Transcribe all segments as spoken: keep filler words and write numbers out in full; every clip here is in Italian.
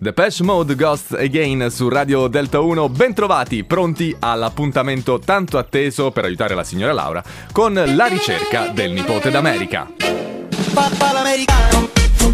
Depeche Mode, Ghost Again su Radio Delta uno. Bentrovati, pronti all'appuntamento tanto atteso per aiutare la signora Laura con la ricerca del nipote d'America. Papà l'americano.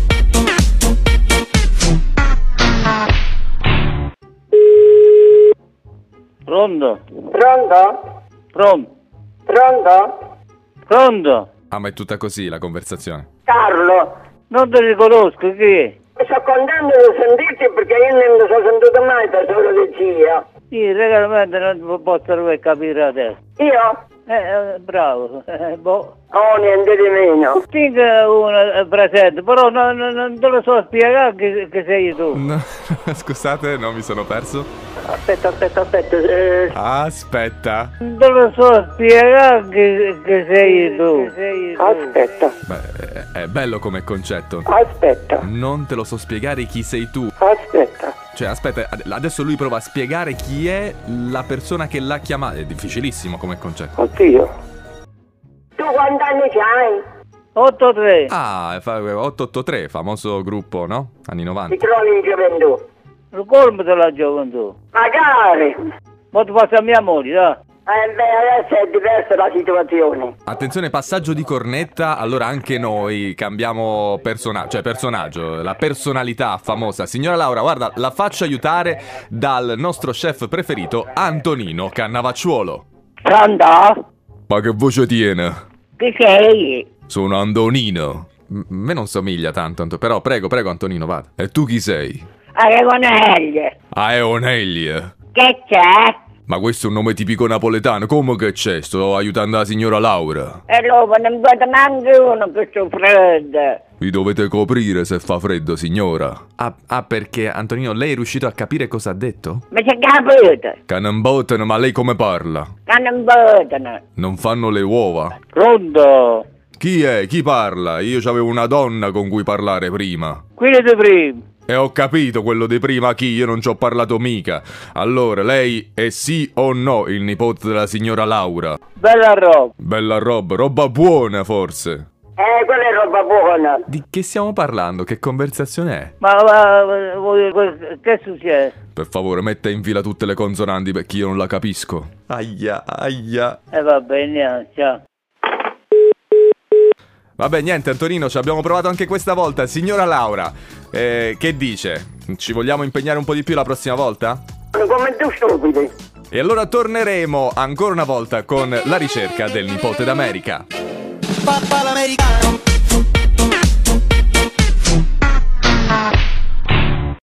Pronto? Pronto? Pronto? Pronto? Pronto? Ah, ma è tutta così la conversazione. Carlo, Non ti riconosco, chi è? sono contento di sentirti perché io non mi sono sentito mai da solo di zia. Io realmente non posso capire adesso. Io? Eh, eh, bravo, eh, boh. Oh, niente di meno. Tinc uno presente, però non, non, non te lo so spiegare che, che sei tu. No, scusate, no, mi sono perso. Aspetta, aspetta, aspetta. Eh, Aspetta. Non te lo so spiegare che, che sei tu. Che sei tu. aspetta, Beh, è bello come concetto. aspetta, Non te lo so spiegare chi sei tu. aspetta. Cioè, aspetta, ad- adesso lui prova a spiegare chi è la persona che l'ha chiamato. È difficilissimo come concetto. Oddio. Tu quanti anni c'hai? otto tre. Ah, è fa- otto otto tre, famoso gruppo, no? Anni Ti novanta. trovi in gioventù? Il colmo della gioventù. Magari. Ma tu passi a mia moglie, dai. Eh beh, adesso è diversa la situazione. Attenzione, passaggio di cornetta. Allora anche noi cambiamo personaggio, cioè personaggio, la personalità famosa. Signora Laura, guarda, la faccio aiutare dal nostro chef preferito, Antonino Cannavacciuolo. Pronto? Ma che voce tiene? Chi sei? Sono Antonino. M- me non somiglia tanto, Anto- però prego, prego Antonino, vada. E tu chi sei? Aregonelli. Ah, è Onelia. Che c'è? Ma questo è un nome tipico napoletano, come che c'è? Sto aiutando la signora Laura. E dopo non vedo neanche uno che sto freddo. Vi dovete coprire se fa freddo, signora. Ah, ah, perché Antonino, lei è riuscito a capire cosa ha detto? Ma c'è capito? Che non bottano, ma lei come parla? Che non vedono. Non fanno le uova? Pronto? Chi è? Chi parla? Io c'avevo una donna con cui parlare prima. Quelli di prima. E ho capito quello di prima chi, io non ci ho parlato mica. Allora, lei è sì o no il nipote della signora Laura? Bella roba. Bella roba, roba buona forse. Eh, quella è roba buona. Di che stiamo parlando? Che conversazione è? Ma, ma, ma voi- che succede? Per favore, metta in fila tutte le consonanti perché io non la capisco. Aia, aia. E eh, va bene, ciao. Vabbè, niente, Antonino, ci abbiamo provato anche questa volta. Signora Laura, eh, che dice? Ci vogliamo impegnare un po' di più la prossima volta? Come tu stupidi. E allora torneremo ancora una volta con la ricerca del nipote d'America. Papà l'americano.